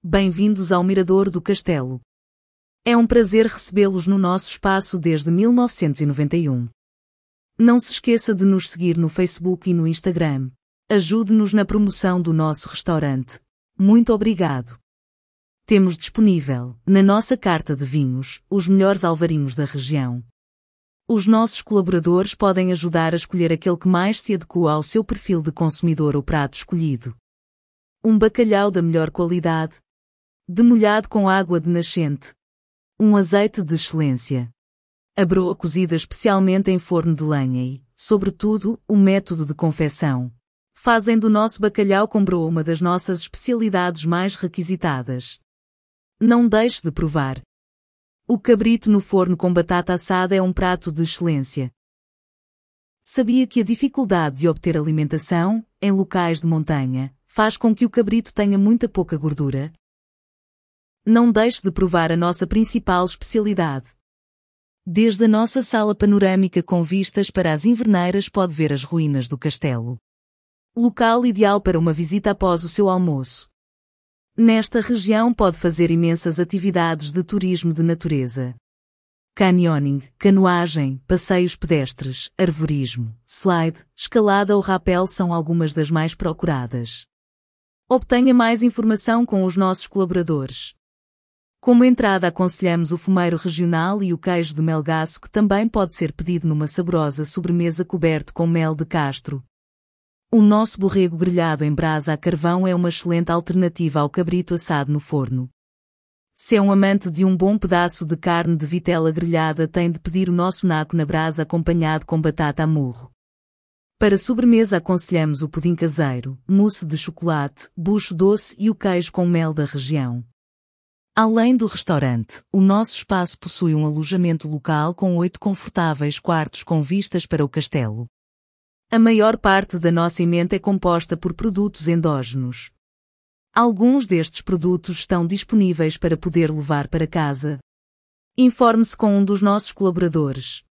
Bem-vindos ao Mirador do Castelo. É um prazer recebê-los no nosso espaço desde 1991. Não se esqueça de nos seguir no Facebook e no Instagram. Ajude-nos na promoção do nosso restaurante. Muito obrigado. Temos disponível, na nossa carta de vinhos, os melhores alvarinhos da região. Os nossos colaboradores podem ajudar a escolher aquele que mais se adequa ao seu perfil de consumidor ou prato escolhido. Um bacalhau da melhor qualidade, demolhado com água de nascente. Um azeite de excelência. A broa cozida especialmente em forno de lenha e, sobretudo, o método de confecção. Fazem do nosso bacalhau com broa uma das nossas especialidades mais requisitadas. Não deixe de provar. O cabrito no forno com batata assada é um prato de excelência. Sabia que a dificuldade de obter alimentação, em locais de montanha, faz com que o cabrito tenha muita pouca gordura? Não deixe de provar a nossa principal especialidade. Desde a nossa sala panorâmica com vistas para as inverneiras pode ver as ruínas do castelo. Local ideal para uma visita após o seu almoço. Nesta região pode fazer imensas atividades de turismo de natureza. Canyoning, canoagem, passeios pedestres, arvorismo, slide, escalada ou rapel são algumas das mais procuradas. Obtenha mais informação com os nossos colaboradores. Como entrada aconselhamos o fumeiro regional e o queijo de melgaço que também pode ser pedido numa saborosa sobremesa coberto com mel de castro. O nosso borrego grelhado em brasa a carvão é uma excelente alternativa ao cabrito assado no forno. Se é um amante de um bom pedaço de carne de vitela grelhada tem de pedir o nosso naco na brasa acompanhado com batata a murro. Para sobremesa aconselhamos o pudim caseiro, mousse de chocolate, bucho doce e o queijo com mel da região. Além do restaurante, o nosso espaço possui um alojamento local com 8 confortáveis quartos com vistas para o castelo. A maior parte da nossa emenda é composta por produtos endógenos. Alguns destes produtos estão disponíveis para poder levar para casa. Informe-se com um dos nossos colaboradores.